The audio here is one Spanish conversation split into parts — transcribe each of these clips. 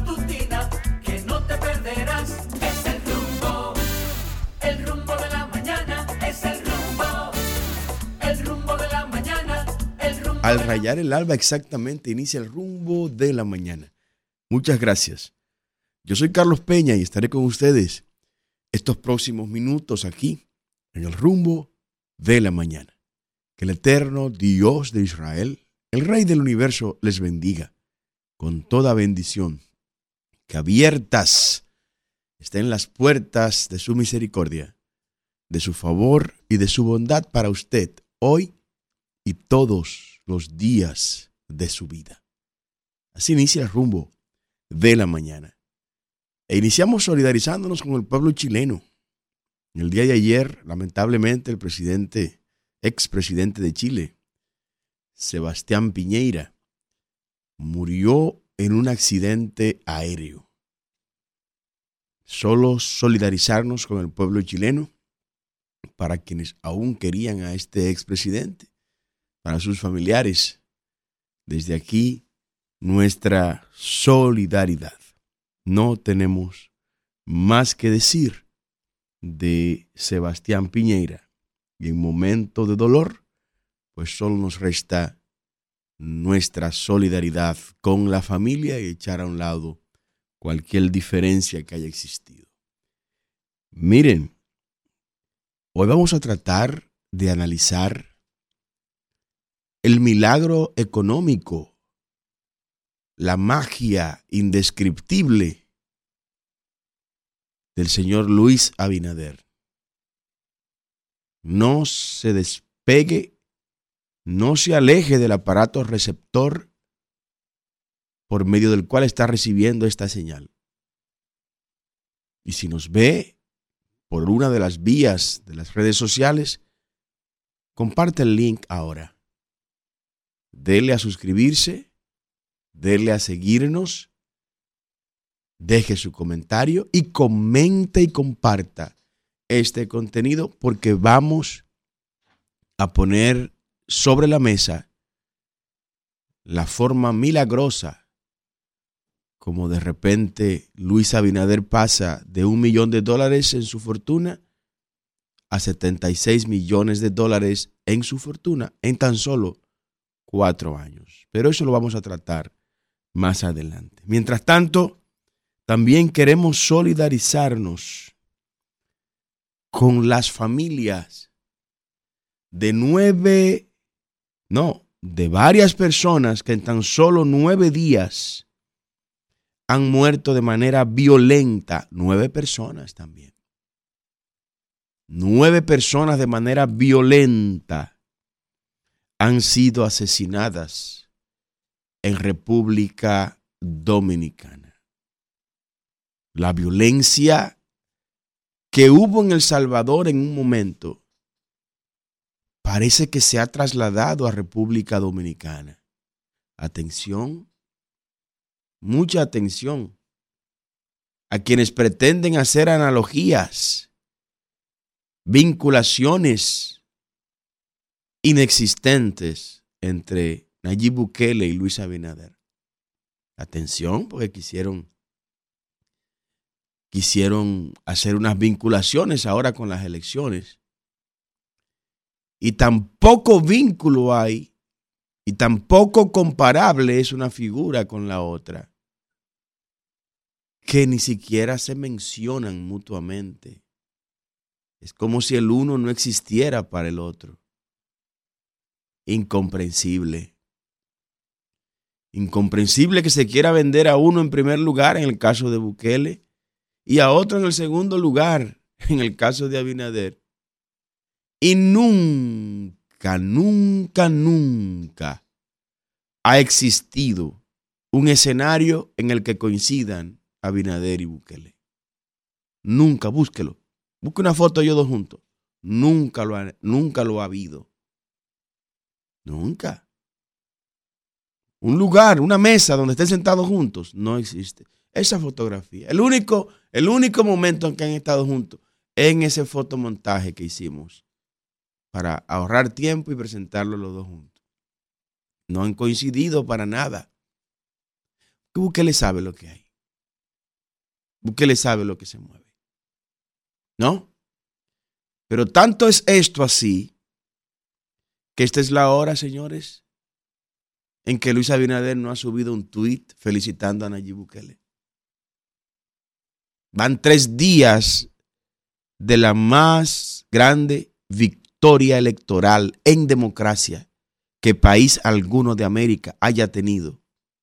matutina que no te perderás. Es el rumbo de la mañana, es el rumbo de la mañana, el rumbo. Al rayar el alba exactamente inicia el rumbo de la mañana. Muchas gracias. Yo soy Carlos Peña y estaré con ustedes estos próximos minutos aquí en el rumbo de la mañana. Que el eterno Dios de Israel, el Rey del universo, les bendiga con toda bendición. Que abiertas estén las puertas de su misericordia, de su favor y de su bondad para usted hoy y todos los días de su vida. Así inicia el rumbo de la mañana. E iniciamos solidarizándonos con el pueblo chileno. En el día de ayer, lamentablemente, el expresidente de Chile, Sebastián Piñera, murió en un accidente aéreo. Solo solidarizarnos con el pueblo chileno, para quienes aún querían a este expresidente, para sus familiares. Desde aquí, nuestra solidaridad. No tenemos más que decir de Sebastián Piñera. Y en momento de dolor, pues solo nos resta nuestra solidaridad con la familia y echar a un lado cualquier diferencia que haya existido. Miren, hoy vamos a tratar de analizar el milagro económico, la magia indescriptible del señor Luis Abinader. No se despegue, no se aleje del aparato receptor por medio del cual está recibiendo esta señal. Y si nos ve por una de las vías de las redes sociales, comparte el link ahora. Dele a suscribirse, dele a seguirnos, deje su comentario y comente y comparta este contenido, porque vamos a poner sobre la mesa la forma milagrosa como de repente Luis Abinader pasa de $1 millón en su fortuna a $76 millones en su fortuna en tan solo 4 años. Pero eso lo vamos a tratar más adelante. Mientras tanto, también queremos solidarizarnos con las familias de varias personas que en tan solo 9 días han muerto de manera violenta. 9 personas también. 9 personas de manera violenta han sido asesinadas en República Dominicana. La violencia que hubo en El Salvador en un momento parece que se ha trasladado a República Dominicana. Atención, mucha atención a quienes pretenden hacer analogías, vinculaciones inexistentes entre Nayib Bukele y Luis Abinader. Atención, porque quisieron hacer unas vinculaciones ahora con las elecciones. Y tan poco vínculo hay y tan poco comparable es una figura con la otra que ni siquiera se mencionan mutuamente. Es como si el uno no existiera para el otro. Incomprensible. Incomprensible que se quiera vender a uno en primer lugar en el caso de Bukele y a otro en el segundo lugar en el caso de Abinader. Y nunca, nunca, nunca ha existido un escenario en el que coincidan Abinader y Bukele. Nunca, búsquelo. Busque una foto de ellos dos juntos. Nunca lo ha habido. Nunca. Un lugar, una mesa donde estén sentados juntos, no existe. Esa fotografía. El único momento en que han estado juntos en ese fotomontaje que hicimos para ahorrar tiempo y presentarlo los dos juntos. No han coincidido para nada. Bukele sabe lo que hay. Bukele sabe lo que se mueve, ¿no? Pero tanto es esto así, que esta es la hora, señores, en que Luis Abinader no ha subido un tuit felicitando a Nayib Bukele. Van 3 días de la más grande victoria electoral en democracia que país alguno de América haya tenido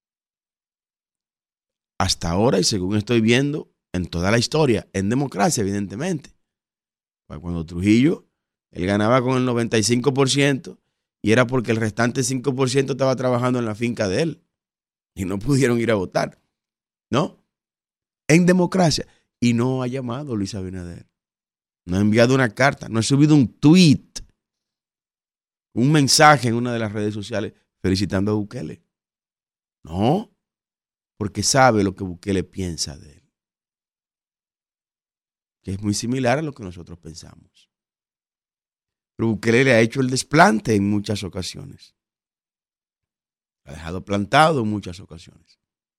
hasta ahora, y según estoy viendo, en toda la historia, en democracia, evidentemente. Cuando Trujillo, él ganaba con el 95% y era porque el restante 5% estaba trabajando en la finca de él y no pudieron ir a votar, ¿no? En democracia. Y no ha llamado Luis Abinader. No ha enviado una carta, no ha subido un tweet, un mensaje en una de las redes sociales felicitando a Bukele. No, porque sabe lo que Bukele piensa de él, que es muy similar a lo que nosotros pensamos. Pero Bukele le ha hecho el desplante en muchas ocasiones. Lo ha dejado plantado en muchas ocasiones.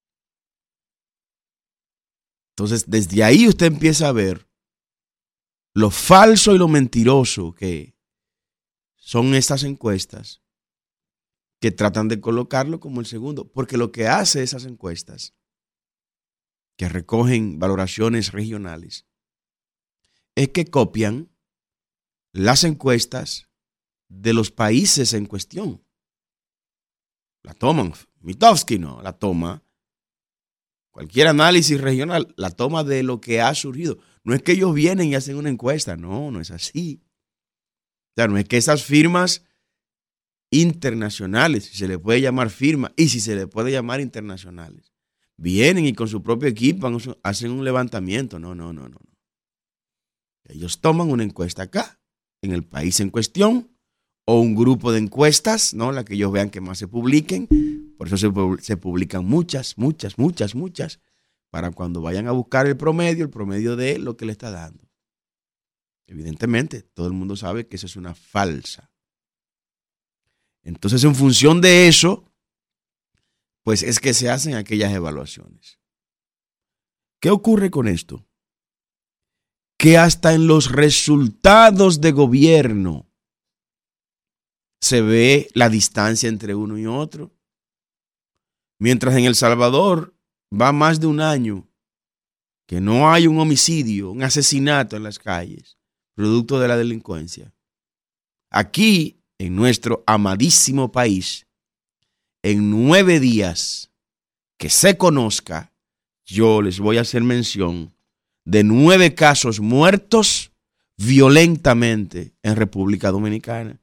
Entonces, desde ahí usted empieza a ver lo falso y lo mentiroso que son estas encuestas que tratan de colocarlo como el segundo. Porque lo que hace esas encuestas, que recogen valoraciones regionales, es que copian las encuestas de los países en cuestión. La toman, Mitofsky no, la toma. Cualquier análisis regional la toma de lo que ha surgido. No es que ellos vienen y hacen una encuesta. No, no es así. O sea, no es que esas firmas internacionales, si se le puede llamar firma y si se le puede llamar internacionales, vienen y con su propio equipo hacen un levantamiento. No. Ellos toman una encuesta acá, en el país en cuestión, o un grupo de encuestas, ¿no? La que ellos vean que más se publiquen. Por eso se publican muchas, para cuando vayan a buscar el promedio de lo que le está dando. Evidentemente, todo el mundo sabe que eso es una falsa. Entonces, en función de eso, pues es que se hacen aquellas evaluaciones. ¿Qué ocurre con esto? Que hasta en los resultados de gobierno se ve la distancia entre uno y otro. Mientras en El Salvador va más de un año que no hay un homicidio, un asesinato en las calles, producto de la delincuencia. Aquí, en nuestro amadísimo país, en 9 días que se conozca, yo les voy a hacer mención de 9 casos muertos violentamente en República Dominicana.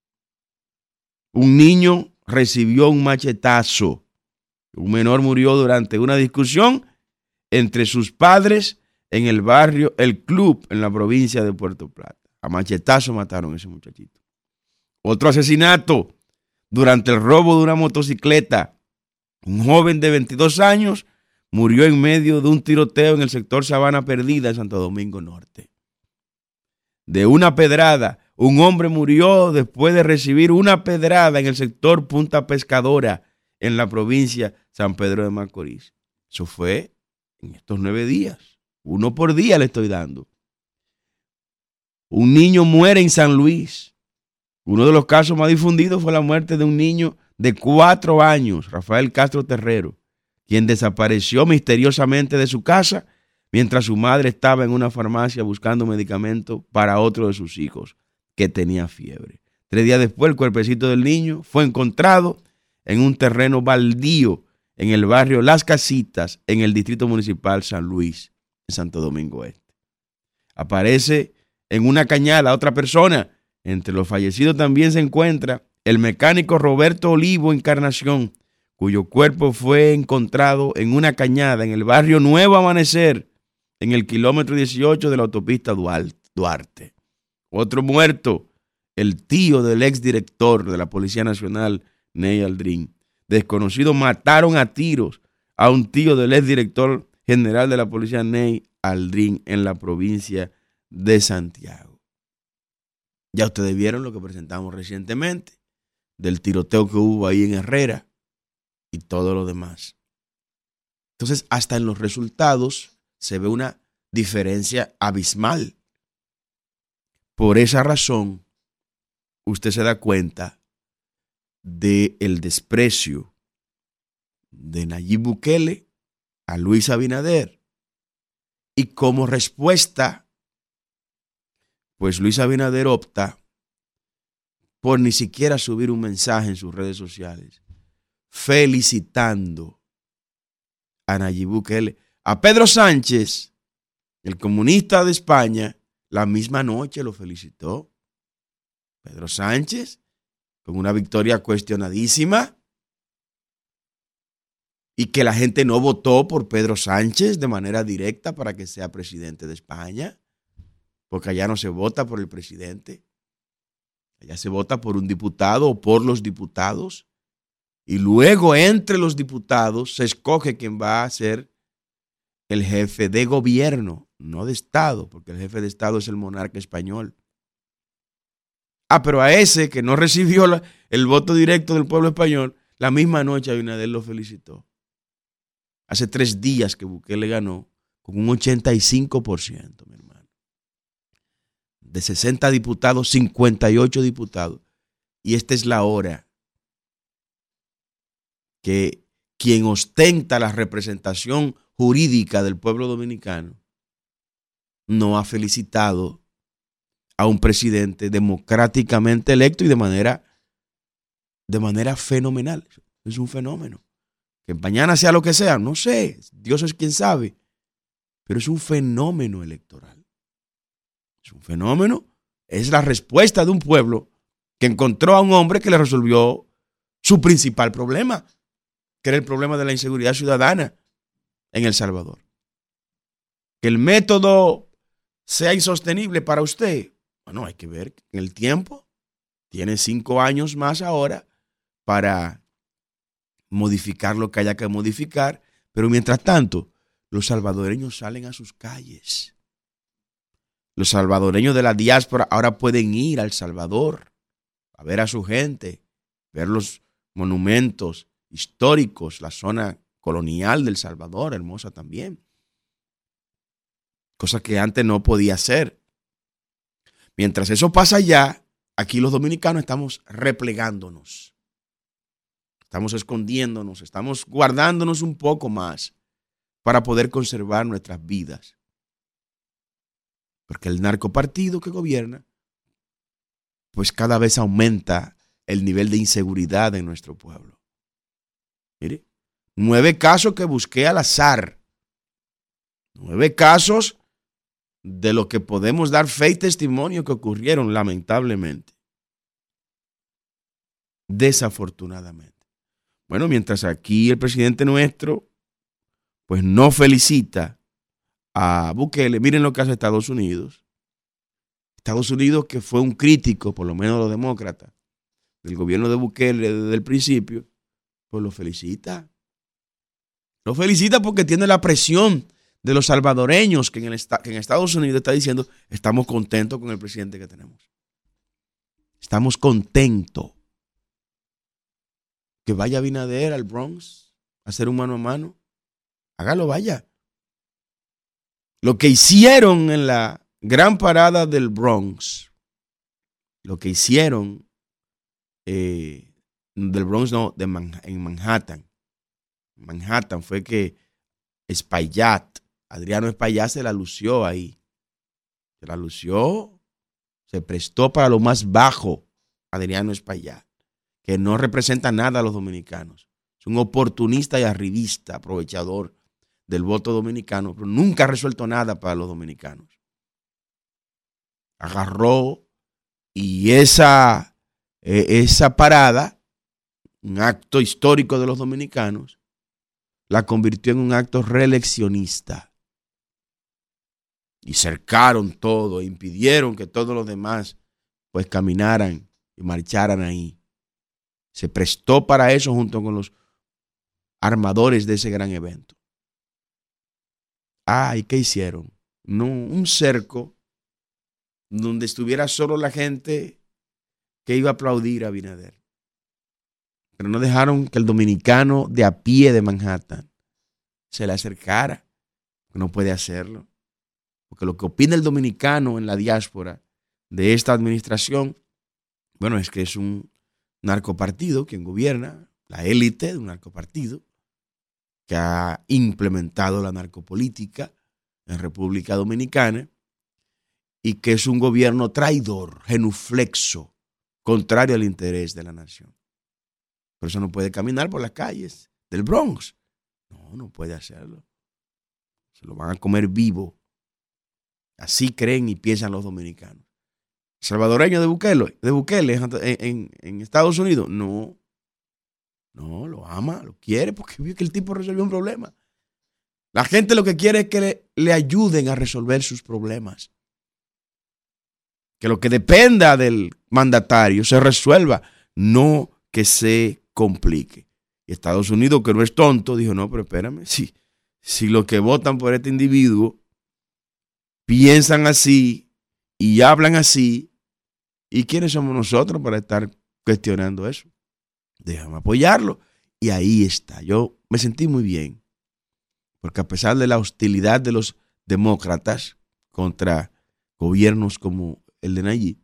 Un niño recibió un machetazo. Un menor murió durante una discusión entre sus padres en el barrio El Club, en la provincia de Puerto Plata. A machetazo mataron a ese muchachito. Otro asesinato durante el robo de una motocicleta. Un joven de 22 años murió en medio de un tiroteo en el sector Sabana Perdida, en Santo Domingo Norte. De una pedrada, un hombre murió después de recibir una pedrada en el sector Punta Pescadora, en la provincia San Pedro de Macorís. Eso fue en estos 9 días. 1 por día le estoy dando. Un niño muere en San Luis. Uno de los casos más difundidos fue la muerte de un niño de 4 años, Rafael Castro Terrero, quien desapareció misteriosamente de su casa mientras su madre estaba en una farmacia buscando medicamento para otro de sus hijos que tenía fiebre. 3 días después, el cuerpecito del niño fue encontrado en un terreno baldío en el barrio Las Casitas, en el distrito municipal San Luis, en Santo Domingo Este. Aparece en una cañada otra persona. Entre los fallecidos también se encuentra el mecánico Roberto Olivo Encarnación, cuyo cuerpo fue encontrado en una cañada en el barrio Nuevo Amanecer, en el kilómetro 18 de la autopista Duarte. Otro muerto, el tío del exdirector de la Policía Nacional, Ney Aldrin. Desconocidos mataron a tiros a un tío del exdirector general de la policía, Ney Aldrin, en la provincia de Santiago. Ya ustedes vieron lo que presentamos recientemente, del tiroteo que hubo ahí en Herrera y todo lo demás. Entonces, hasta en los resultados se ve una diferencia abismal. Por esa razón, usted se da cuenta del desprecio de Nayib Bukele a Luis Abinader. Y como respuesta, pues Luis Abinader opta por ni siquiera subir un mensaje en sus redes sociales felicitando a Nayib Bukele. A Pedro Sánchez, el comunista de España, la misma noche lo felicitó. Pedro Sánchez, con una victoria cuestionadísima, y que la gente no votó por Pedro Sánchez de manera directa para que sea presidente de España, porque allá no se vota por el presidente, allá se vota por un diputado o por los diputados, y luego entre los diputados se escoge quién va a ser el jefe de gobierno, no de Estado, porque el jefe de Estado es el monarca español. Pero a ese que no recibió el voto directo del pueblo español, la misma noche Abinader lo felicitó. Hace 3 días que Bukele ganó con un 85%, mi hermano. De 60 diputados, 58 diputados. Y esta es la hora que quien ostenta la representación jurídica del pueblo dominicano no ha felicitado a un presidente democráticamente electo y de manera fenomenal. Es un fenómeno. Que mañana sea lo que sea, no sé, Dios es quien sabe, pero es un fenómeno electoral. Es un fenómeno, es la respuesta de un pueblo que encontró a un hombre que le resolvió su principal problema, que era el problema de la inseguridad ciudadana en El Salvador. Que el método sea insostenible para usted, bueno, hay que ver en el tiempo. Tiene 5 años más ahora para modificar lo que haya que modificar, pero mientras tanto, los salvadoreños salen a sus calles. Los salvadoreños de la diáspora ahora pueden ir a El Salvador a ver a su gente, ver los monumentos históricos, la zona colonial del Salvador, hermosa también. Cosa que antes no podía hacer. Mientras eso pasa allá, aquí los dominicanos estamos replegándonos. Estamos escondiéndonos, estamos guardándonos un poco más para poder conservar nuestras vidas. Porque el narcopartido que gobierna, pues cada vez aumenta el nivel de inseguridad en nuestro pueblo. Mire, 9 casos que busqué al azar. 9 casos de lo que podemos dar fe y testimonio que ocurrieron lamentablemente. Desafortunadamente. Bueno, mientras aquí el presidente nuestro pues no felicita a Bukele, miren lo que hace Estados Unidos. Estados Unidos, que fue un crítico, por lo menos los demócratas, del gobierno de Bukele desde el principio, pues lo felicita. Lo felicita porque tiene la presión de los salvadoreños que en Estados Unidos está diciendo, estamos contentos con el presidente que tenemos. Estamos contentos. Que vaya Abinader al Bronx a hacer un mano a mano. Hágalo, vaya. Lo que hicieron en la gran parada del Bronx, lo que hicieron del Bronx, no, en Manhattan. Manhattan fue que Adriano Espaillat se la lució ahí. Se la lució, se prestó para lo más bajo Adriano Espaillat, que no representa nada a los dominicanos. Es un oportunista y arribista, aprovechador del voto dominicano, pero nunca ha resuelto nada para los dominicanos. Agarró y esa parada, un acto histórico de los dominicanos, la convirtió en un acto reeleccionista. Y cercaron todo, e impidieron que todos los demás pues caminaran y marcharan ahí. Se prestó para eso junto con los armadores de ese gran evento. ¿Y qué hicieron? No, un cerco donde estuviera solo la gente que iba a aplaudir a Abinader. Pero no dejaron que el dominicano de a pie de Manhattan se le acercara. No puede hacerlo. Porque lo que opina el dominicano en la diáspora de esta administración, bueno, es que es un narcopartido quien gobierna, la élite de un narcopartido que ha implementado la narcopolítica en República Dominicana y que es un gobierno traidor, genuflexo, contrario al interés de la nación. Por eso no puede caminar por las calles del Bronx. No puede hacerlo. Se lo van a comer vivo. Así creen y piensan los dominicanos. ¿Salvadoreño de Bukele en Estados Unidos? No, lo ama, lo quiere porque vio que el tipo resolvió un problema. La gente lo que quiere es que le ayuden a resolver sus problemas. Que lo que dependa del mandatario se resuelva, no que se complique. Y Estados Unidos, que no es tonto, dijo, no, pero espérame, si los que votan por este individuo piensan así y hablan así, ¿y quiénes somos nosotros para estar cuestionando eso? Déjame apoyarlo. Y ahí está. Yo me sentí muy bien, porque a pesar de la hostilidad de los demócratas contra gobiernos como el de Nayib,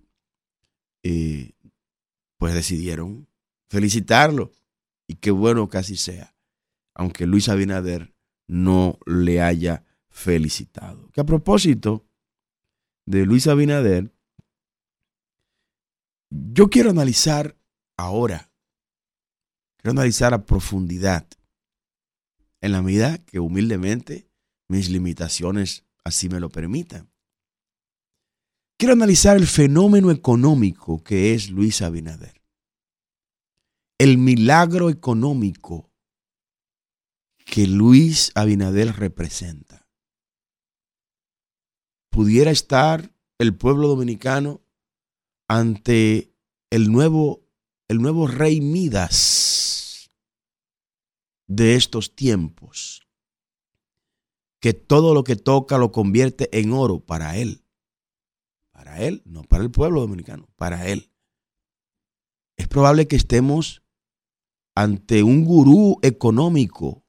pues decidieron felicitarlo. Y qué bueno que así sea, aunque Luis Abinader no le haya felicitado. Que a propósito de Luis Abinader, yo quiero analizar ahora, quiero analizar a profundidad, en la medida que humildemente mis limitaciones así me lo permitan. Quiero analizar el fenómeno económico que es Luis Abinader. El milagro económico que Luis Abinader representa. Pudiera estar el pueblo dominicano ante el nuevo rey Midas de estos tiempos, que todo lo que toca lo convierte en oro para él. Para él, no para el pueblo dominicano, para él. Es probable que estemos ante un gurú económico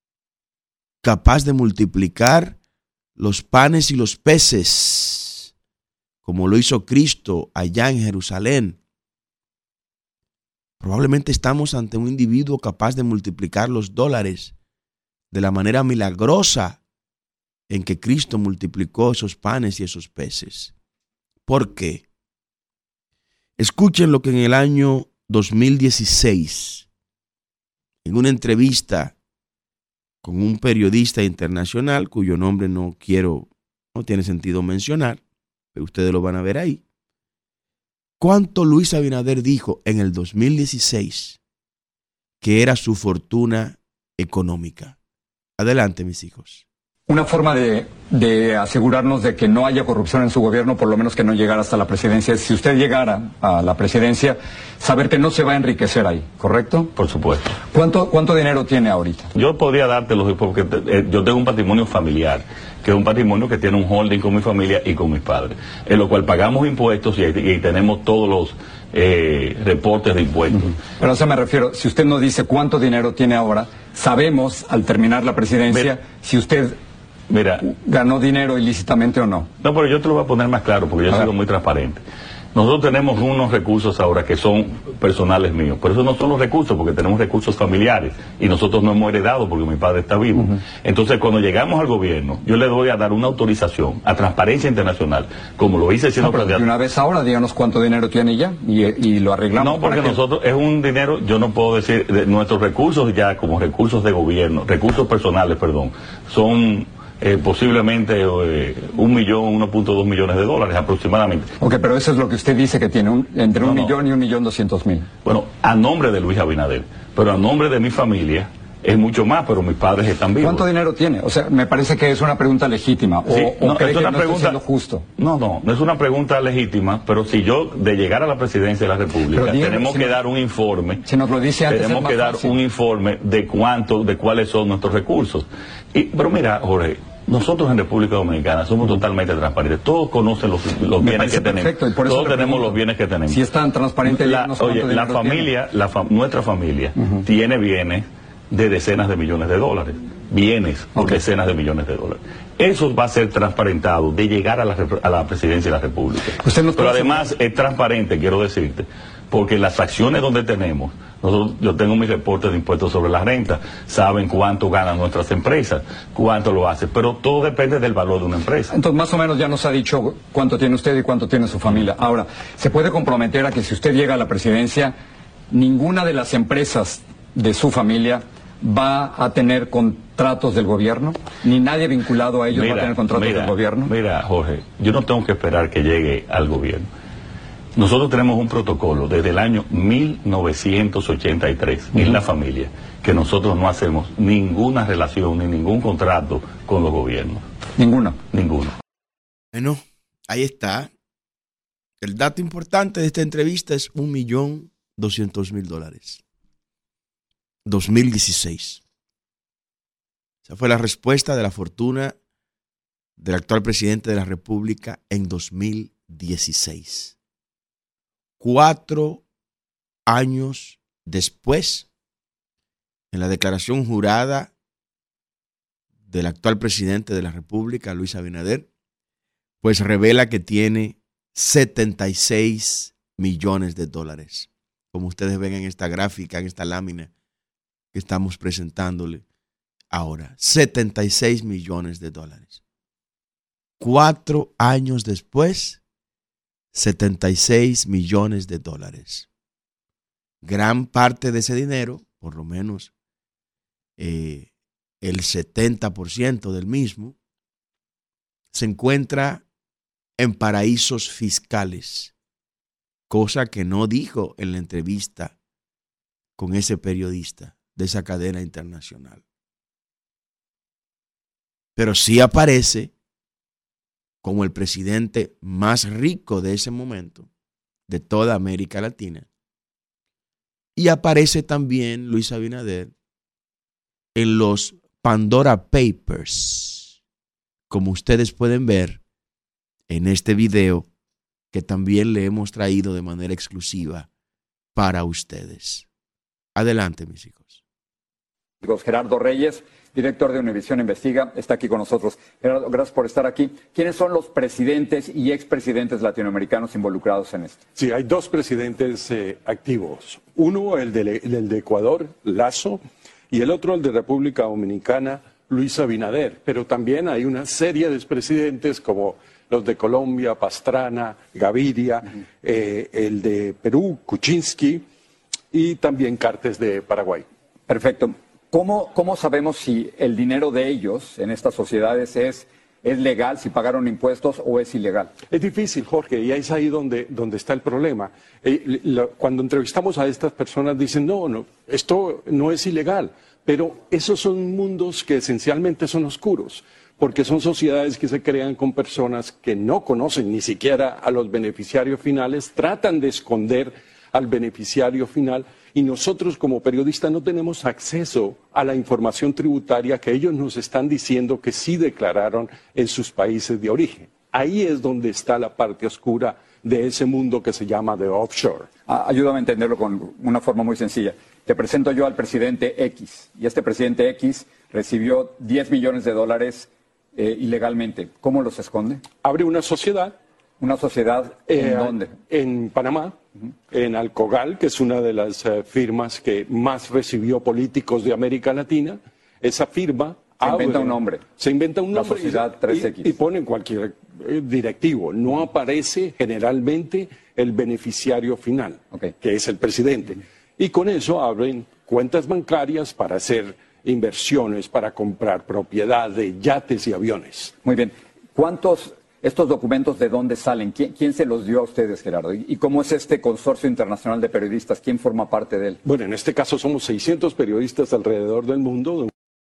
capaz de multiplicar los panes y los peces, como lo hizo Cristo allá en Jerusalén. Probablemente estamos ante un individuo capaz de multiplicar los dólares de la manera milagrosa en que Cristo multiplicó esos panes y esos peces. ¿Por qué? Escuchen lo que en el año 2016, en una entrevista con un periodista internacional, cuyo nombre no tiene sentido mencionar, pero ustedes lo van a ver ahí, cuánto Luis Abinader dijo en el 2016 que era su fortuna económica. Adelante, mis hijos. Una forma de asegurarnos de que no haya corrupción en su gobierno, por lo menos que no llegara hasta la presidencia. Si usted llegara a la presidencia, saber que no se va a enriquecer ahí, ¿correcto? Por supuesto. ¿Cuánto dinero tiene ahorita? Yo podría dártelo porque yo tengo un patrimonio familiar, que es un patrimonio que tiene un holding con mi familia y con mis padres, en lo cual pagamos impuestos y tenemos todos los reportes de impuestos. Pero a eso me refiero, si usted no dice cuánto dinero tiene ahora, sabemos al terminar la presidencia si usted ganó dinero ilícitamente o no. No, pero yo te lo voy a poner más claro porque yo he sido muy transparente. Nosotros tenemos unos recursos ahora que son personales míos, pero esos no son los recursos porque tenemos recursos familiares y nosotros no hemos heredado porque mi padre está vivo. Entonces, cuando llegamos al gobierno, yo le doy a dar una autorización a Transparencia Internacional, como lo hice siendo candidato. Una vez ahora, díganos cuánto dinero tiene ya y lo arreglamos. No, porque nosotros es un dinero, yo no puedo decir, nuestros recursos ya como recursos de gobierno, recursos personales, perdón, son posiblemente 1 millón, 1.2 millones de dólares aproximadamente. Ok, pero eso es lo que usted dice que tiene, entre 1 millón y 1.200.000. Bueno, a nombre de Luis Abinader, pero a nombre de mi familia es mucho más, pero mis padres están vivos. ¿Cuánto dinero tiene? O sea, me parece que es una pregunta legítima. Sí, ¿O cree que no estoy siendo justo? No es una pregunta legítima, pero si yo, de llegar a la presidencia de la República, tenemos que dar un informe. Si nos lo dice antes, tenemos que dar un informe de cuáles son nuestros recursos. Pero mira, Jorge, nosotros en República Dominicana somos totalmente transparentes. Todos conocen los bienes que tenemos. Perfecto, y por eso todos tenemos los bienes que tenemos. Si es tan transparente, nuestra familia tiene bienes de decenas de millones de dólares. bienes por Ok. decenas de millones de dólares. Eso va a ser transparentado de llegar a la presidencia de la República. Usted nos Pero puede además es transparente, quiero decirte, porque las acciones donde tenemos, yo tengo mis reportes de impuestos sobre la renta, saben cuánto ganan nuestras empresas, cuánto lo hacen, pero todo depende del valor de una empresa. Entonces, más o menos ya nos ha dicho cuánto tiene usted y cuánto tiene su familia. Ahora, ¿se puede comprometer a que si usted llega a la presidencia, ninguna de las empresas de su familia va a tener contratos del gobierno? ¿Ni nadie vinculado a ellos va a tener contratos del gobierno? Mira, Jorge, yo no tengo que esperar que llegue al gobierno. Nosotros tenemos un protocolo desde el año 1983 en la familia, que nosotros no hacemos ninguna relación ni ningún contrato con los gobiernos. Ninguna. Ninguno. Bueno, ahí está. El dato importante de esta entrevista es $1.200.000. 2016. Esa fue la respuesta de la fortuna del actual presidente de la República en 2016. 4 años después, en la declaración jurada del actual presidente de la República, Luis Abinader, pues revela que tiene 76 millones de dólares. Como ustedes ven en esta gráfica, en esta lámina que estamos presentándole ahora. 76 millones de dólares. 4 años después, 76 millones de dólares. Gran parte de ese dinero, por lo menos el 70% del mismo, se encuentra en paraísos fiscales, cosa que no dijo en la entrevista con ese periodista de esa cadena internacional. Pero sí aparece como el presidente más rico de ese momento, de toda América Latina. Y aparece también Luis Abinader en los Pandora Papers, como ustedes pueden ver en este video que también le hemos traído de manera exclusiva para ustedes. Adelante, mis hijos. Gerardo Reyes, director de Univisión Investiga, está aquí con nosotros. Gerardo, gracias por estar aquí. ¿Quiénes son los presidentes y expresidentes latinoamericanos involucrados en esto? Sí, hay dos presidentes activos. Uno, el de Ecuador, Lasso, y el otro, el de República Dominicana, Luis Abinader. Pero también hay una serie de expresidentes como los de Colombia, Pastrana, Gaviria, el de Perú, Kuczynski, y también Cartes de Paraguay. Perfecto. ¿Cómo sabemos si el dinero de ellos en estas sociedades es legal, si pagaron impuestos, o es ilegal? Es difícil, Jorge, y es ahí donde está el problema. Cuando entrevistamos a estas personas dicen, no, esto no es ilegal, pero esos son mundos que esencialmente son oscuros, porque son sociedades que se crean con personas que no conocen ni siquiera a los beneficiarios finales, tratan de esconder al beneficiario final, y nosotros como periodistas no tenemos acceso a la información tributaria que ellos nos están diciendo que sí declararon en sus países de origen. Ahí es donde está la parte oscura de ese mundo que se llama de offshore. Ayúdame a entenderlo con una forma muy sencilla. Te presento yo al presidente X, y este presidente X recibió 10 millones de dólares ilegalmente. ¿Cómo los esconde? Abre una sociedad. ¿Una sociedad en dónde? En Panamá, en Alcogal, que es una de las firmas que más recibió políticos de América Latina. Esa firma Se inventa un nombre. Se inventa un La nombre. sociedad 3X. Y ponen cualquier directivo. No aparece generalmente el beneficiario final, que es el presidente. Y con eso abren cuentas bancarias para hacer inversiones, para comprar propiedad de yates y aviones. Muy bien. ¿Estos documentos de dónde salen? ¿Quién se los dio a ustedes, Gerardo? ¿Y cómo es este consorcio internacional de periodistas? ¿Quién forma parte de él? Bueno, en este caso somos 600 periodistas alrededor del mundo.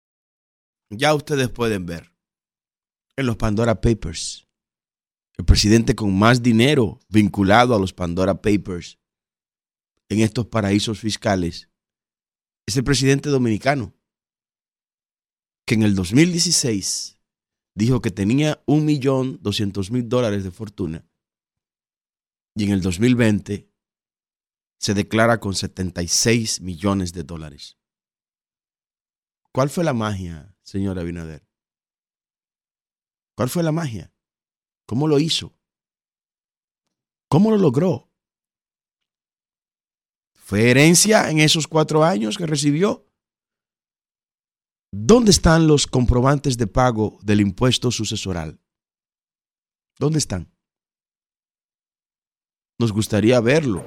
Ya ustedes pueden ver en los Pandora Papers, el presidente con más dinero vinculado a los Pandora Papers en estos paraísos fiscales es el presidente dominicano, que en el 2016 dijo que tenía $1.200.000 de fortuna y en el 2020 se declara con 76 millones de dólares. ¿Cuál fue la magia, señor Abinader? ¿Cuál fue la magia? ¿Cómo lo hizo? ¿Cómo lo logró? ¿Fue herencia en esos 4 años que recibió? ¿Dónde están los comprobantes de pago del impuesto sucesoral? ¿Dónde están? Nos gustaría verlo.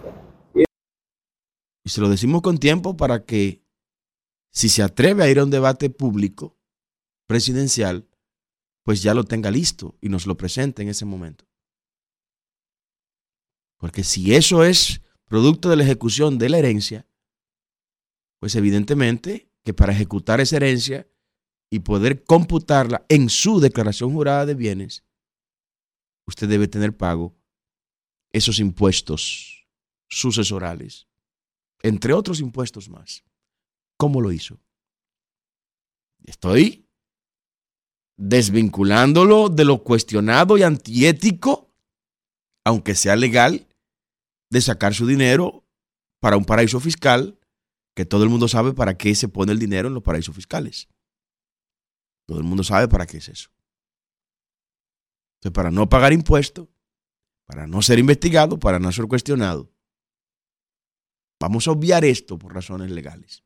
Y se lo decimos con tiempo para que, si se atreve a ir a un debate público, presidencial, pues ya lo tenga listo y nos lo presente en ese momento. Porque si eso es producto de la ejecución de la herencia, pues evidentemente que para ejecutar esa herencia y poder computarla en su declaración jurada de bienes, usted debe tener pago esos impuestos sucesorales, entre otros impuestos más. ¿Cómo lo hizo? Estoy desvinculándolo de lo cuestionado y antiético, aunque sea legal, de sacar su dinero para un paraíso fiscal, que todo el mundo sabe para qué se pone el dinero en los paraísos fiscales. Todo el mundo sabe para qué es eso. Entonces, para no pagar impuestos, para no ser investigado, para no ser cuestionado. Vamos a obviar esto por razones legales.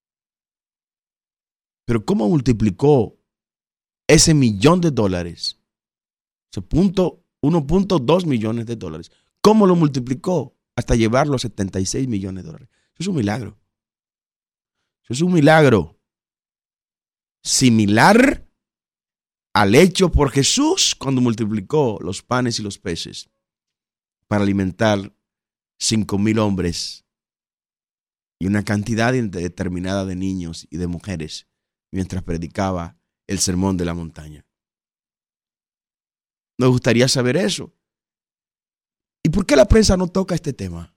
Pero ¿cómo multiplicó ese $1,000,000? Ese 1.2 millones de dólares. ¿Cómo lo multiplicó hasta llevarlo a 76 millones de dólares? Eso es un milagro. Eso es un milagro similar al hecho por Jesús cuando multiplicó los panes y los peces para alimentar 5,000 hombres y una cantidad indeterminada de niños y de mujeres mientras predicaba el sermón de la montaña. Nos gustaría saber eso. ¿Y por qué la prensa no toca este tema?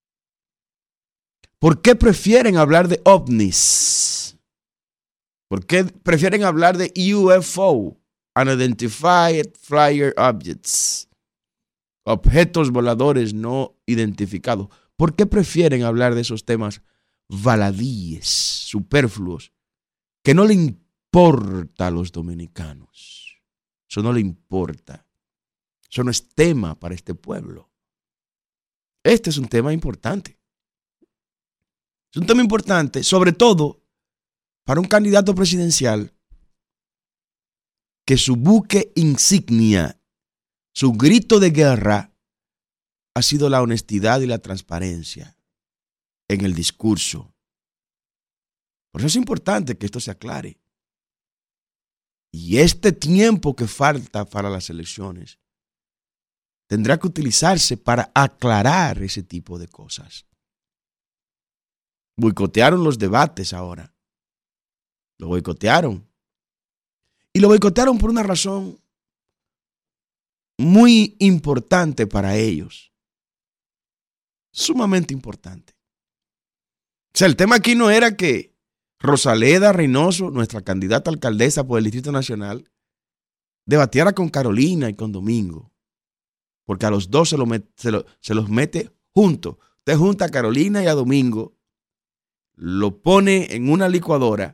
¿Por qué prefieren hablar de ovnis? ¿Por qué prefieren hablar de UFO, Unidentified Flyer Objects, objetos voladores no identificados? ¿Por qué prefieren hablar de esos temas baladíes, superfluos, que no le importa a los dominicanos? Eso no le importa. Eso no es tema para este pueblo. Este es un tema importante. Es un tema importante, sobre todo para un candidato presidencial que su buque insignia, su grito de guerra, ha sido la honestidad y la transparencia en el discurso. Por eso es importante que esto se aclare. Y este tiempo que falta para las elecciones tendrá que utilizarse para aclarar ese tipo de cosas. Boicotearon los debates ahora. Lo boicotearon. Y lo boicotearon por una razón muy importante para ellos. Sumamente importante. O sea, el tema aquí no era que Rosaleda Reynoso, nuestra candidata a alcaldesa por el Distrito Nacional, debatiera con Carolina y con Domingo. Porque a los dos se los mete juntos. Usted junta a Carolina y a Domingo, lo pone en una licuadora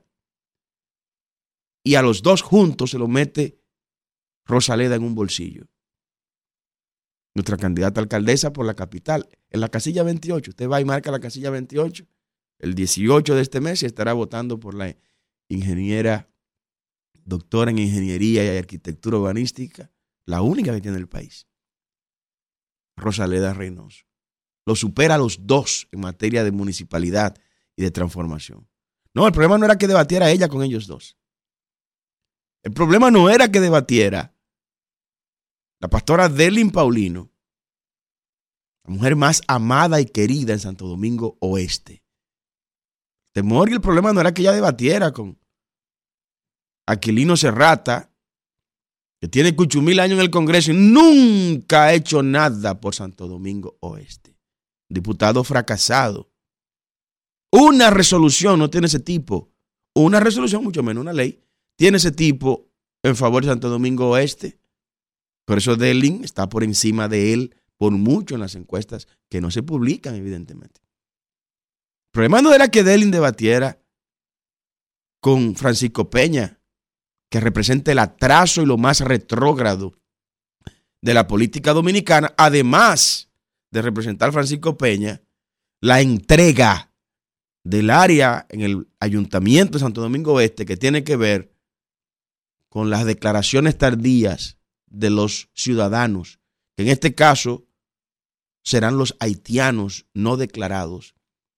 y a los dos juntos se lo mete Rosaleda en un bolsillo. Nuestra candidata a alcaldesa por la capital, en la casilla 28. Usted va y marca la casilla 28 el 18 de este mes y estará votando por la ingeniera, doctora en ingeniería y arquitectura urbanística, la única que tiene el país. Rosaleda Reynoso. Lo supera a los dos en materia de municipalidad y de transformación. No, el problema no era que debatiera ella con ellos dos. El problema no era que debatiera la pastora Delin Paulino, la mujer más amada y querida en Santo Domingo Oeste. El temor y el problema no era que ella debatiera con Aquilino Serrata, que tiene 8,000 años en el Congreso y nunca ha hecho nada por Santo Domingo Oeste. Diputado fracasado. Una resolución no tiene ese tipo. Una resolución, mucho menos una ley, tiene ese tipo en favor de Santo Domingo Oeste. Por eso Delin está por encima de él por mucho en las encuestas que no se publican, evidentemente. El problema no era que Delin debatiera con Francisco Peña que representa el atraso y lo más retrógrado de la política dominicana, además de representar Francisco Peña, la entrega del área en el Ayuntamiento de Santo Domingo Este que tiene que ver con las declaraciones tardías de los ciudadanos, que en este caso serán los haitianos no declarados,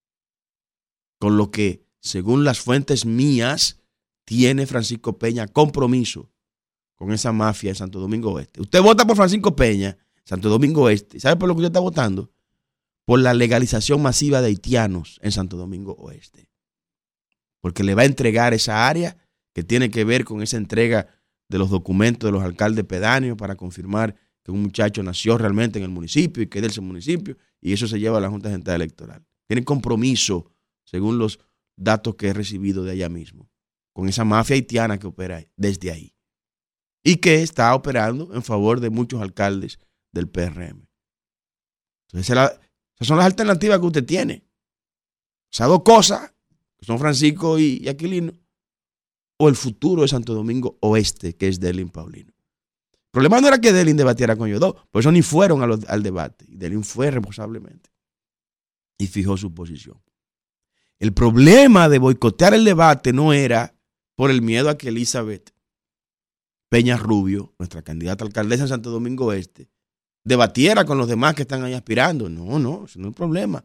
con lo que, según las fuentes mías, tiene Francisco Peña compromiso con esa mafia de Santo Domingo Oeste. Usted vota por Francisco Peña, Santo Domingo Oeste. ¿Sabe por lo que usted está votando? Por la legalización masiva de haitianos en Santo Domingo Oeste. Porque le va a entregar esa área que tiene que ver con esa entrega de los documentos de los alcaldes pedáneos para confirmar que un muchacho nació realmente en el municipio y que es de ese municipio, y eso se lleva a la Junta Central Electoral. Tiene compromiso, según los datos que he recibido de allá mismo, con esa mafia haitiana que opera desde ahí y que está operando en favor de muchos alcaldes del PRM. Entonces, esas son las alternativas que usted tiene. Esas dos cosas, que son Francisco y Aquilino, o el futuro de Santo Domingo Oeste, que es Delin Paulino. El problema no era que Delin debatiera con ellos dos, por eso ni fueron al debate. Y Delin fue responsablemente y fijó su posición. El problema de boicotear el debate no era por el miedo a que Elizabeth Peña Rubio, nuestra candidata a alcaldesa en Santo Domingo Oeste, debatiera con los demás que están ahí aspirando. No, eso no es el problema.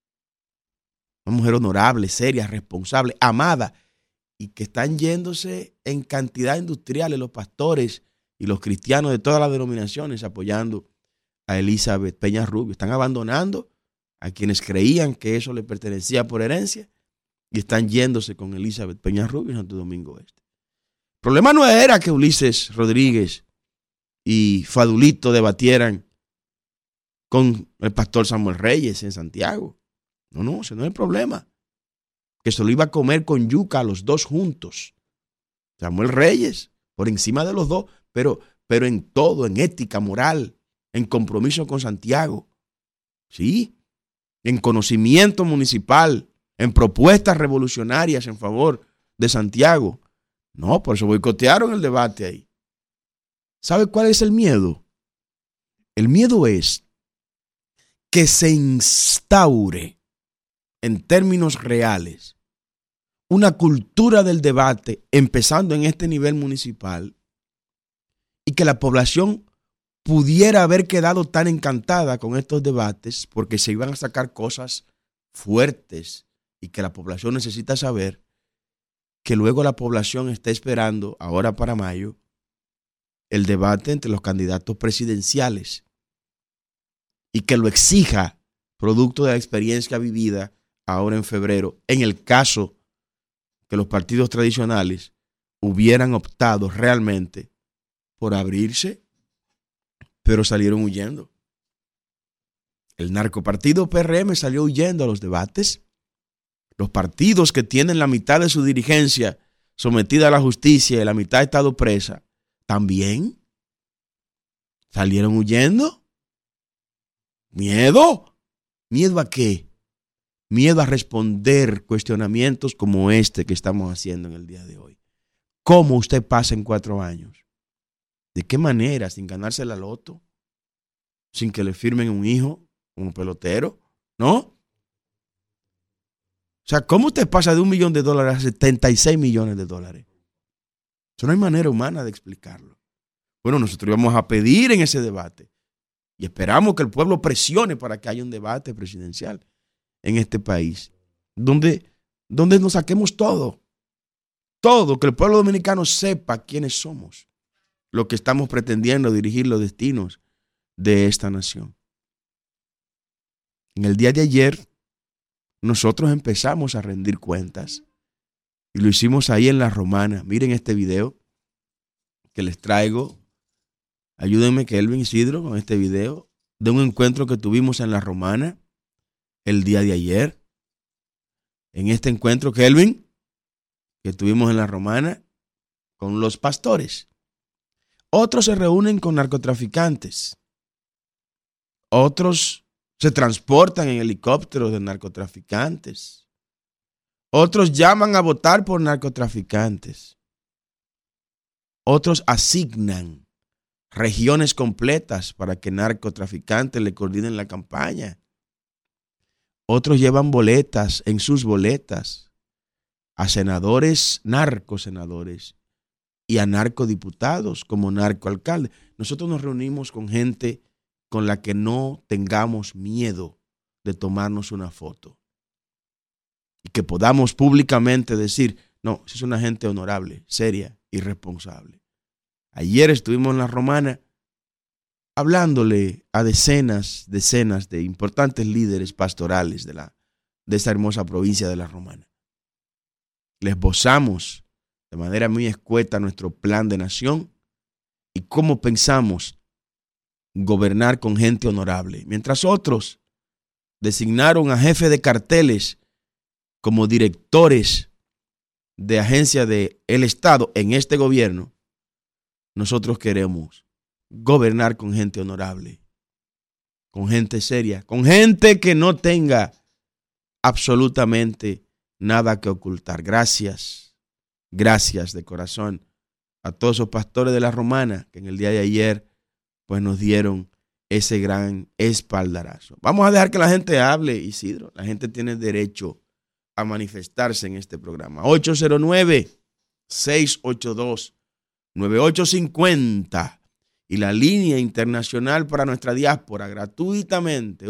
Una mujer honorable, seria, responsable, amada, y que están yéndose en cantidad industriales los pastores y los cristianos de todas las denominaciones apoyando a Elizabeth Peña Rubio. Están abandonando a quienes creían que eso le pertenecía por herencia y están yéndose con Elizabeth Peña Rubio en Santo Domingo Este. El problema no era que Ulises Rodríguez y Fadulito debatieran con el pastor Samuel Reyes en Santiago. No, ese no es el problema. Que se lo iba a comer con yuca a los dos juntos. Samuel Reyes, por encima de los dos, pero en todo, en ética, moral, en compromiso con Santiago. Sí, en conocimiento municipal, en propuestas revolucionarias en favor de Santiago. No, por eso boicotearon el debate ahí. ¿Sabe cuál es el miedo? El miedo es que se instaure en términos reales una cultura del debate, empezando en este nivel municipal, y que la población pudiera haber quedado tan encantada con estos debates porque se iban a sacar cosas fuertes y que la población necesita saber, que luego la población está esperando, ahora para mayo, el debate entre los candidatos presidenciales y que lo exija producto de la experiencia vivida ahora en febrero, en el caso que los partidos tradicionales hubieran optado realmente por abrirse, pero salieron huyendo. El narcopartido PRM salió huyendo a los debates. Los partidos que tienen la mitad de su dirigencia sometida a la justicia y la mitad ha estado presa, también salieron huyendo. ¿Miedo? ¿Miedo a qué? Miedo a responder cuestionamientos como este que estamos haciendo en el día de hoy. ¿Cómo usted pasa en 4 años? ¿De qué manera? ¿Sin ganarse la loto? ¿Sin que le firmen un hijo como pelotero? ¿No? O sea, ¿cómo usted pasa de $1 millón a 76 millones de dólares? Eso no hay manera humana de explicarlo. Bueno, nosotros íbamos a pedir en ese debate y esperamos que el pueblo presione para que haya un debate presidencial en este país, donde nos saquemos todo, que el pueblo dominicano sepa quiénes somos, lo que estamos pretendiendo dirigir los destinos de esta nación. En el día de ayer, nosotros empezamos a rendir cuentas y lo hicimos ahí en La Romana. Miren este video que les traigo. Ayúdenme, Kelvin Isidro, con este video de un encuentro que tuvimos en La Romana el día de ayer. En este encuentro, Kelvin, que tuvimos en La Romana con los pastores. Otros se reúnen con narcotraficantes. Otros se transportan en helicópteros de narcotraficantes. Otros llaman a votar por narcotraficantes. Otros asignan regiones completas para que narcotraficantes le coordinen la campaña. Otros llevan boletas en sus boletas a senadores, narcosenadores y a narcodiputados como narcoalcaldes. Nosotros nos reunimos con gente con la que no tengamos miedo de tomarnos una foto y que podamos públicamente decir, no, es una gente honorable, seria y responsable. Ayer estuvimos en La Romana hablándole a decenas de importantes líderes pastorales de esa hermosa provincia de La Romana. Les esbozamos de manera muy escueta nuestro plan de nación y cómo pensamos gobernar con gente honorable. Mientras otros designaron a jefes de carteles como directores de agencias del Estado en este gobierno, nosotros queremos gobernar con gente honorable, con gente seria, con gente que no tenga absolutamente nada que ocultar. Gracias de corazón a todos esos pastores de La Romana que en el día de ayer pues nos dieron ese gran espaldarazo. Vamos a dejar que la gente hable, Isidro. La gente tiene derecho a manifestarse en este programa. 809-682-9850 y la línea internacional para nuestra diáspora gratuitamente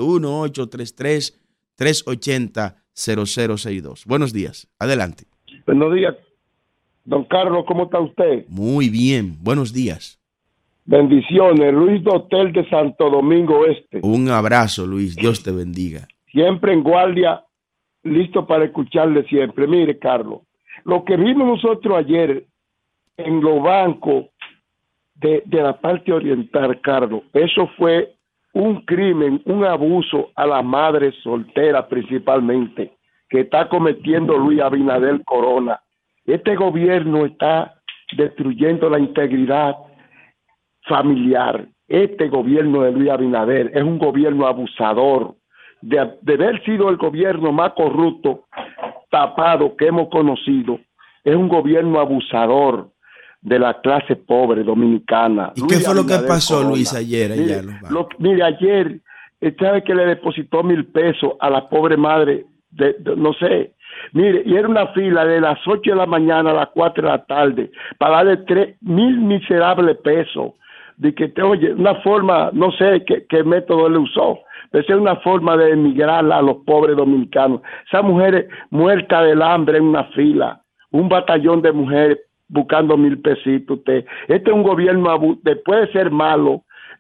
1-833-380-0062. Buenos días. Adelante. Buenos días, don Carlos, ¿cómo está usted? Muy bien. Buenos días. Bendiciones, Luis Dotel de Santo Domingo Este. Un abrazo, Luis. Dios te bendiga. Siempre en guardia, listo para escucharle siempre. Mire, Carlos, lo que vimos nosotros ayer en los bancos de la parte oriental, Carlos, eso fue un crimen, un abuso a las madres solteras principalmente, que está cometiendo Luis Abinader Corona. Este gobierno está destruyendo la integridad familiar. Este gobierno de Luis Abinader es un gobierno abusador, de haber sido el gobierno más corrupto, tapado que hemos conocido. Es un gobierno abusador de la clase pobre dominicana. ¿Y Luis qué fue lo que Abinader pasó, Corona. Luis, ayer allá en los bancos? Mire, ayer, ¿sabe que le depositó 1,000 pesos a la pobre madre? No sé. Mire, y era una fila de las 8 de la mañana a las 4 de la tarde para darle 3,000 miserables pesos. De que, oye, una forma, no sé qué método le usó, pero es una forma de emigrar a los pobres dominicanos. Esas mujeres muertas del hambre en una fila, un batallón de mujeres buscando 1,000 pesitos. Este es un gobierno, después de ser malo,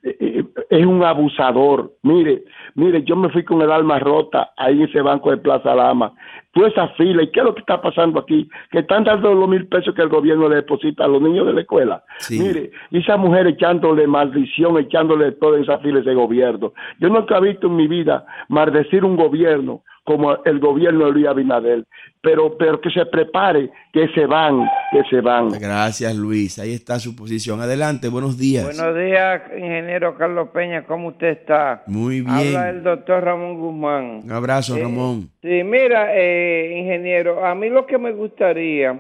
es un abusador. Mire, yo me fui con el alma rota ahí en ese banco de Plaza Lama. Toda esa fila, ¿y qué es lo que está pasando aquí? Que están dando los 1,000 pesos que el gobierno le deposita a los niños de la escuela. Sí. Mire, y esa mujer echándole maldición, echándole toda esa fila de gobierno. Yo nunca he visto en mi vida maldecir un gobierno como el gobierno de Luis Abinader, pero que se prepare, que se van. Gracias, Luis. Ahí está su posición. Adelante, buenos días. Buenos días, ingeniero Carlos Peña, ¿cómo usted está? Muy bien. Habla el doctor Ramón Guzmán. Un abrazo, Ramón. Sí, mira, ingeniero, a mí lo que me gustaría,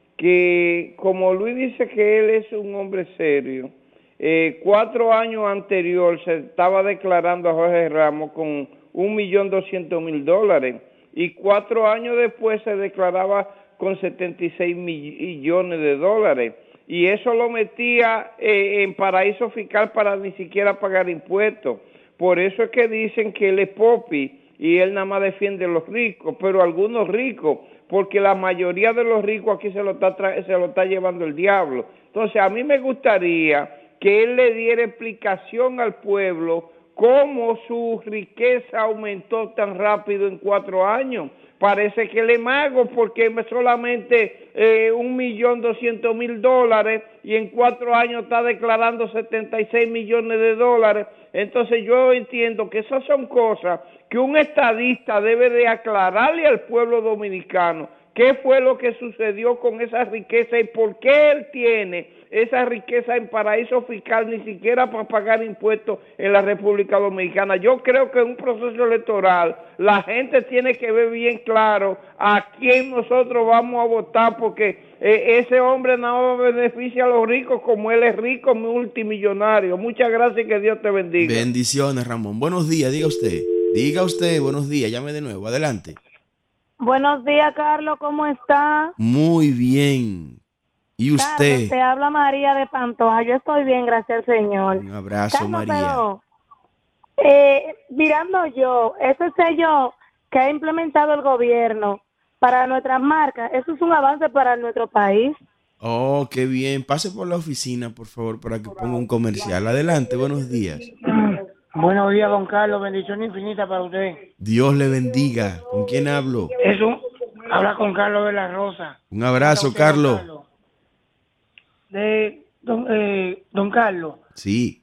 que como Luis dice que él es un hombre serio, 4 años anterior se estaba declarando a Jorge Ramos con $1,200,000 y 4 años después se declaraba con 76 millones de dólares y eso lo metía en paraíso fiscal para ni siquiera pagar impuestos. Por eso es que dicen que él es popi y él nada más defiende a los ricos, pero algunos ricos, porque la mayoría de los ricos aquí se lo está llevando el diablo. Entonces a mí me gustaría que él le diera explicación al pueblo cómo su riqueza aumentó tan rápido en 4 años. Parece que él es mago porque solamente $1,200,000 y en 4 años está declarando 76 millones de dólares. Entonces yo entiendo que esas son cosas que un estadista debe de aclararle al pueblo dominicano, qué fue lo que sucedió con esa riqueza y por qué él tiene esa riqueza en paraíso fiscal, ni siquiera para pagar impuestos en la República Dominicana. Yo creo que en un proceso electoral la gente tiene que ver bien claro a quién nosotros vamos a votar, porque ese hombre no beneficia a los ricos como él es rico, multimillonario. Muchas gracias y que Dios te bendiga. Bendiciones, Ramón. Buenos días, diga usted. Diga usted, buenos días, llame de nuevo, adelante. Buenos días, Carlos, ¿cómo está? Muy bien. ¿Y usted? Carlos, te habla María de Pantoja. Yo estoy bien, gracias al Señor. Un abrazo, Carlos, María. pero, mirando yo, ese sello que ha implementado el gobierno para nuestras marcas, eso es un avance para nuestro país. Oh, qué bien. Pase por la oficina, por favor, para que ponga un comercial. Adelante, buenos días. Buenos días, don Carlos. Bendición infinita para usted. Dios le bendiga. ¿Con quién hablo? Eso, habla con Carlos de la Rosa. Un abrazo, Carlos. Don Carlos. Sí.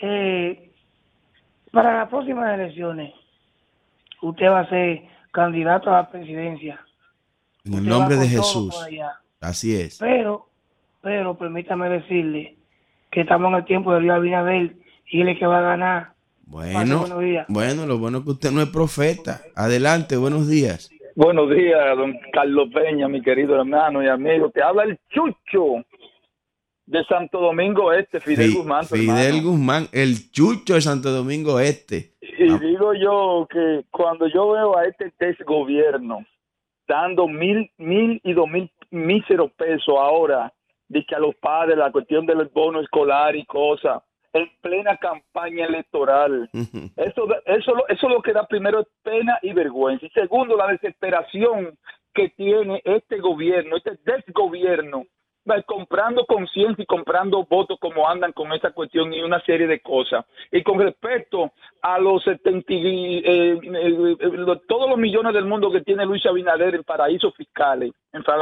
Para las próximas elecciones, usted va a ser candidato a la presidencia. En el nombre de Usted va con todo Jesús. por allá. Así es. Pero, permítame decirle que estamos en el tiempo de Luis Abinader y él es que va a ganar. Bueno, lo bueno es que usted no es profeta. Adelante, buenos días. Buenos días, don Carlos Peña, mi querido hermano y amigo. Te habla el Chucho de Santo Domingo Este, Fidel Guzmán. Fidel Guzmán, el Chucho de Santo Domingo Este. Y digo yo que cuando yo veo a este desgobierno dando 1,000 y 2,000 míseros pesos ahora, de que a los padres, la cuestión del bono escolar y cosas, en plena campaña electoral. Eso es lo que da primero pena y vergüenza. Y segundo, la desesperación que tiene este gobierno, este desgobierno, comprando conciencia y comprando votos como andan con esta cuestión y una serie de cosas. Y con respecto a los todos los millones del mundo que tiene Luis Abinader en paraísos fiscales,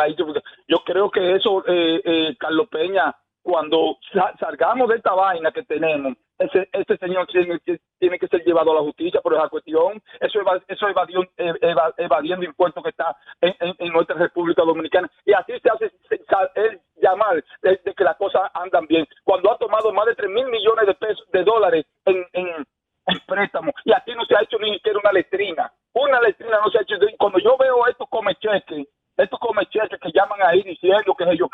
yo creo que eso, Carlos Peña, cuando salgamos de esta vaina que tenemos, ese señor tiene que ser llevado a la justicia por esa cuestión. Eso evadiendo impuestos que está en nuestra República Dominicana. Y así se hace el llamar de que las cosas andan bien. Cuando ha tomado más de 3,000 millones de dólares en préstamos, y aquí no se ha hecho ni siquiera una letrina. Una letrina no se ha hecho. Cuando yo veo estos comecheques que llaman ahí diciendo que esto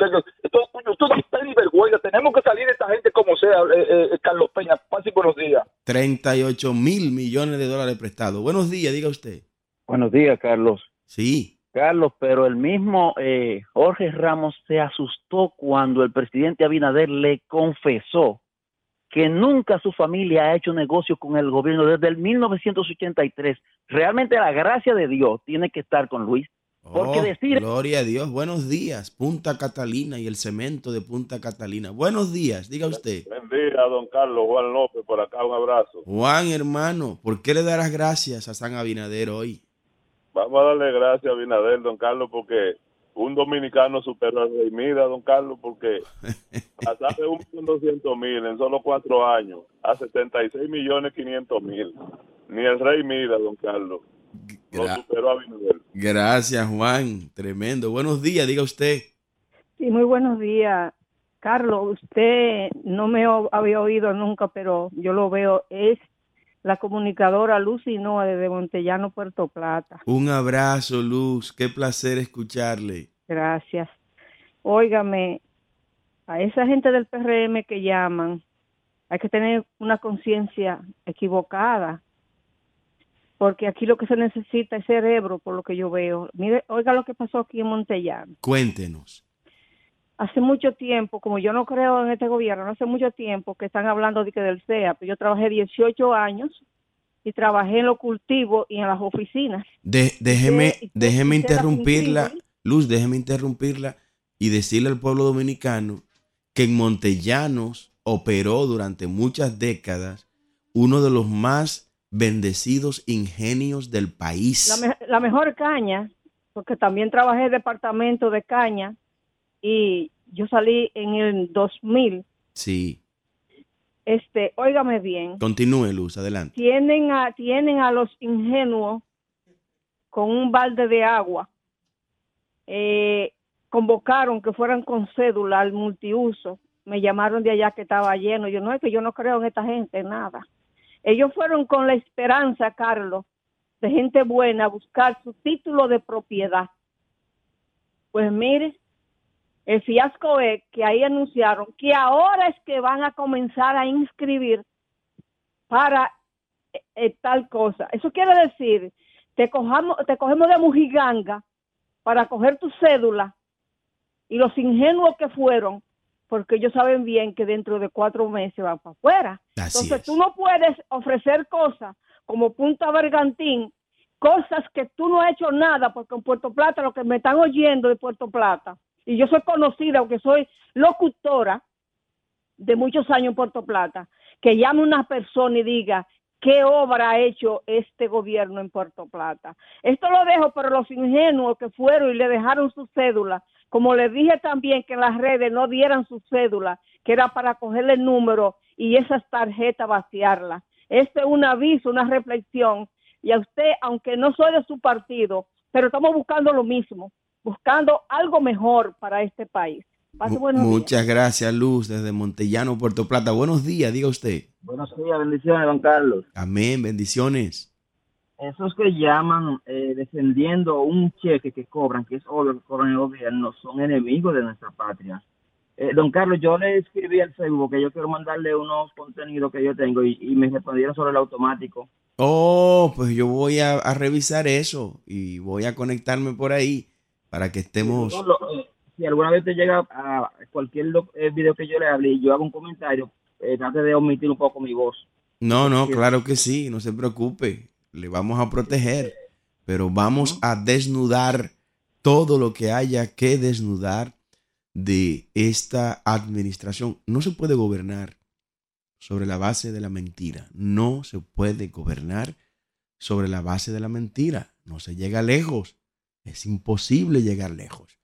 da pena y vergüenza. Tenemos que salir de esta gente como sea, Carlos Peña. Pase buenos días. 38,000 millones de dólares prestados. Buenos días, diga usted. Buenos días, Carlos. Sí. Carlos, pero el mismo Jorge Ramos se asustó cuando el presidente Abinader le confesó que nunca su familia ha hecho negocio con el gobierno desde el 1983. Realmente la gracia de Dios tiene que estar con Luis. Porque gloria a Dios. Buenos días, Punta Catalina y el cemento de Punta Catalina. Buenos días, diga usted. Buen día, don Carlos. Juan López, por acá, un abrazo. Juan, hermano, ¿por qué le darás gracias a San Abinader hoy? Vamos a darle gracias a Abinader, don Carlos, porque un dominicano superó al Rey Mida, don Carlos, porque pasar de 1.200.000 en solo 4 años a 76.500.000. Ni el Rey Mida, don Carlos. Lo superó a Abinader. Gracias, Juan. Tremendo. Buenos días, diga usted. Sí, muy buenos días. Carlos, usted no me había oído nunca, pero yo lo veo. Es la comunicadora Luz Hinoa desde Montellano, Puerto Plata. Un abrazo, Luz. Qué placer escucharle. Gracias. Óigame, a esa gente del PRM que llaman, hay que tener una conciencia equivocada. Porque aquí lo que se necesita es cerebro, por lo que yo veo. Mire, oiga lo que pasó aquí en Montellano. Cuéntenos. Hace mucho tiempo, como yo no creo en este gobierno, hace mucho tiempo que están hablando de que del CEA, pero yo trabajé 18 años y trabajé en los cultivos y en las oficinas. Déjeme interrumpirla, Luz, déjeme interrumpirla y decirle al pueblo dominicano que en Montellanos operó durante muchas décadas uno de los más bendecidos ingenios del país. La mejor caña, porque también trabajé en departamento de caña y yo salí en el 2000. Sí. Óigame bien. Continúe, Luz, adelante. Tienen a los ingenuos con un balde de agua convocaron que fueran con cédula al multiuso. Me llamaron de allá que estaba lleno. Yo no, es que yo no creo en esta gente, nada. Ellos fueron con la esperanza, Carlos, de gente buena a buscar su título de propiedad. Pues mire, el fiasco es que ahí anunciaron que ahora es que van a comenzar a inscribir para tal cosa. Eso quiere decir, te cogemos de mujiganga para coger tu cédula, y los ingenuos que fueron, porque ellos saben bien que dentro de 4 meses van para afuera. Entonces tú no puedes ofrecer cosas como Punta Bergantín, cosas que tú no has hecho nada, porque en Puerto Plata, lo que me están oyendo de Puerto Plata, y yo soy conocida, aunque soy locutora de muchos años en Puerto Plata, que llame una persona y diga qué obra ha hecho este gobierno en Puerto Plata. Esto lo dejo para los ingenuos que fueron y le dejaron su cédula. Como les dije también que en las redes no dieran su cédula, que era para cogerle el número y esas tarjetas vaciarlas. Este es un aviso, una reflexión. Y a usted, aunque no soy de su partido, pero estamos buscando lo mismo, buscando algo mejor para este país. Muchas gracias, Luz, desde Montellano, Puerto Plata. Buenos días, diga usted. Buenos días, bendiciones, don Carlos. Amén, bendiciones. Esos que llaman defendiendo un cheque que cobran, que es obvio que cobran el gobierno, son enemigos de nuestra patria. Don Carlos, yo le escribí al Facebook que yo quiero mandarle unos contenidos que yo tengo y me respondieron sobre el automático. Oh, pues yo voy a revisar eso y voy a conectarme por ahí para que estemos... Si alguna vez te llega a cualquier video que yo le hable y yo hago un comentario, trate de omitir un poco mi voz. No, claro que sí, no se preocupe. Le vamos a proteger, pero vamos a desnudar todo lo que haya que desnudar de esta administración. No se puede gobernar sobre la base de la mentira. No se puede gobernar sobre la base de la mentira. No se llega lejos. Es imposible llegar lejos.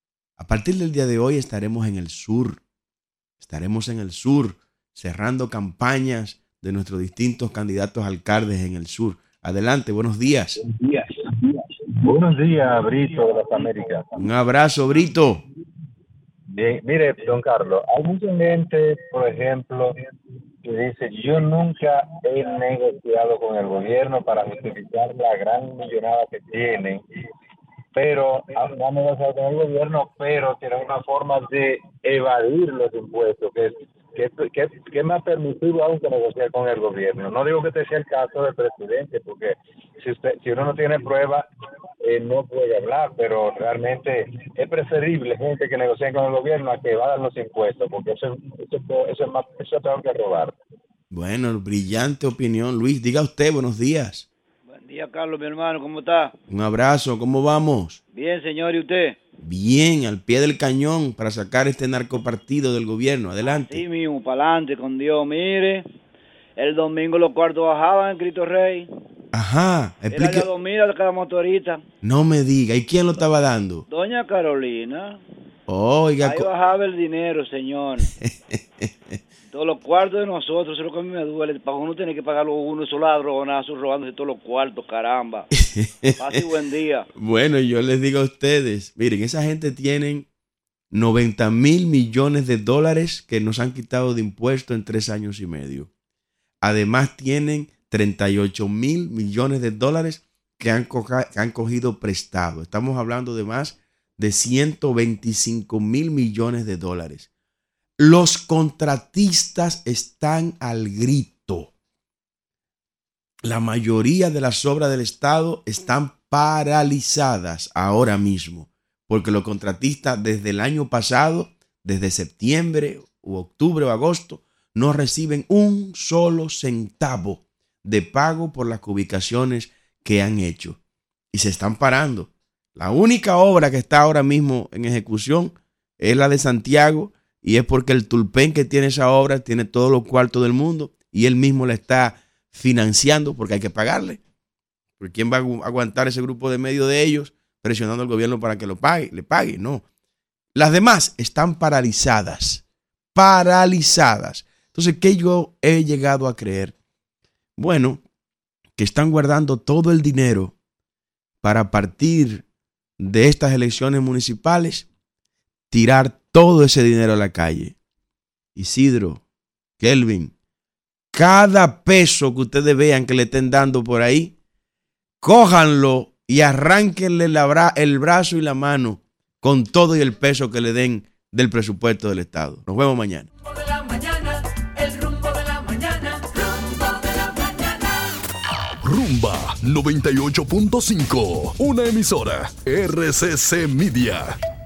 A partir del día de hoy estaremos en el sur. Estaremos en el sur cerrando campañas de nuestros distintos candidatos a alcaldes en el sur. Adelante, buenos días. Buenos días, Brito de las Américas. Un abrazo, Brito. Bien, mire, don Carlos, hay mucha gente, por ejemplo, que dice, yo nunca he negociado con el gobierno para justificar la gran millonada que tienen, pero han negociado con el gobierno, pero tienen una forma de evadir los impuestos, que es más permisivo aún que negociar con el gobierno. No digo que este sea el caso del presidente, porque si uno no tiene pruebas, no puede hablar, pero realmente es preferible gente que negocie con el gobierno a que evadan los impuestos, porque eso es peor que robar. Bueno, brillante opinión, Luis. Diga usted, buenos días. Buen día, Carlos, mi hermano, ¿cómo está? Un abrazo, ¿cómo vamos? Bien, señor, ¿y usted? Bien, al pie del cañón para sacar este narcopartido del gobierno. Adelante. Sí, mismo, para adelante con Dios. Mire, el domingo los cuartos bajaban en Cristo Rey. Ajá, explique. Era de 2,000 de cada motorista. No me diga, ¿y quién lo estaba dando? Doña Carolina. Oiga. Ahí bajaba el dinero, señor. Todos los cuartos de nosotros, eso es lo que a mí me duele. Para uno tiene que pagarlo uno, esos ladronazos robándose todos los cuartos, caramba. Pase buen día. Bueno, yo les digo a ustedes, miren, esa gente tienen 90,000 millones de dólares que nos han quitado de impuestos en 3 años y medio. Además tienen 38,000 millones de dólares que han cogido prestado. Estamos hablando de más de 125,000 millones de dólares. Los contratistas están al grito. La mayoría de las obras del Estado están paralizadas ahora mismo, porque los contratistas desde el año pasado, desde septiembre u octubre o agosto, no reciben un solo centavo de pago por las ubicaciones que han hecho y se están parando. La única obra que está ahora mismo en ejecución es la de Santiago, y es porque el tulpen que tiene esa obra tiene todos los cuartos del mundo y él mismo la está financiando porque hay que pagarle. ¿Por quién va a aguantar ese grupo de medio de ellos presionando al gobierno para que le pague? No. Las demás están paralizadas. Entonces, ¿qué yo he llegado a creer? Bueno, que están guardando todo el dinero para partir de estas elecciones municipales, tirar todo ese dinero a la calle. Isidro, Kelvin, cada peso que ustedes vean que le estén dando por ahí, cójanlo y arránquenle el brazo y la mano con todo y el peso que le den del presupuesto del Estado. Nos vemos mañana. Rumba 98.5, una emisora RCC Media.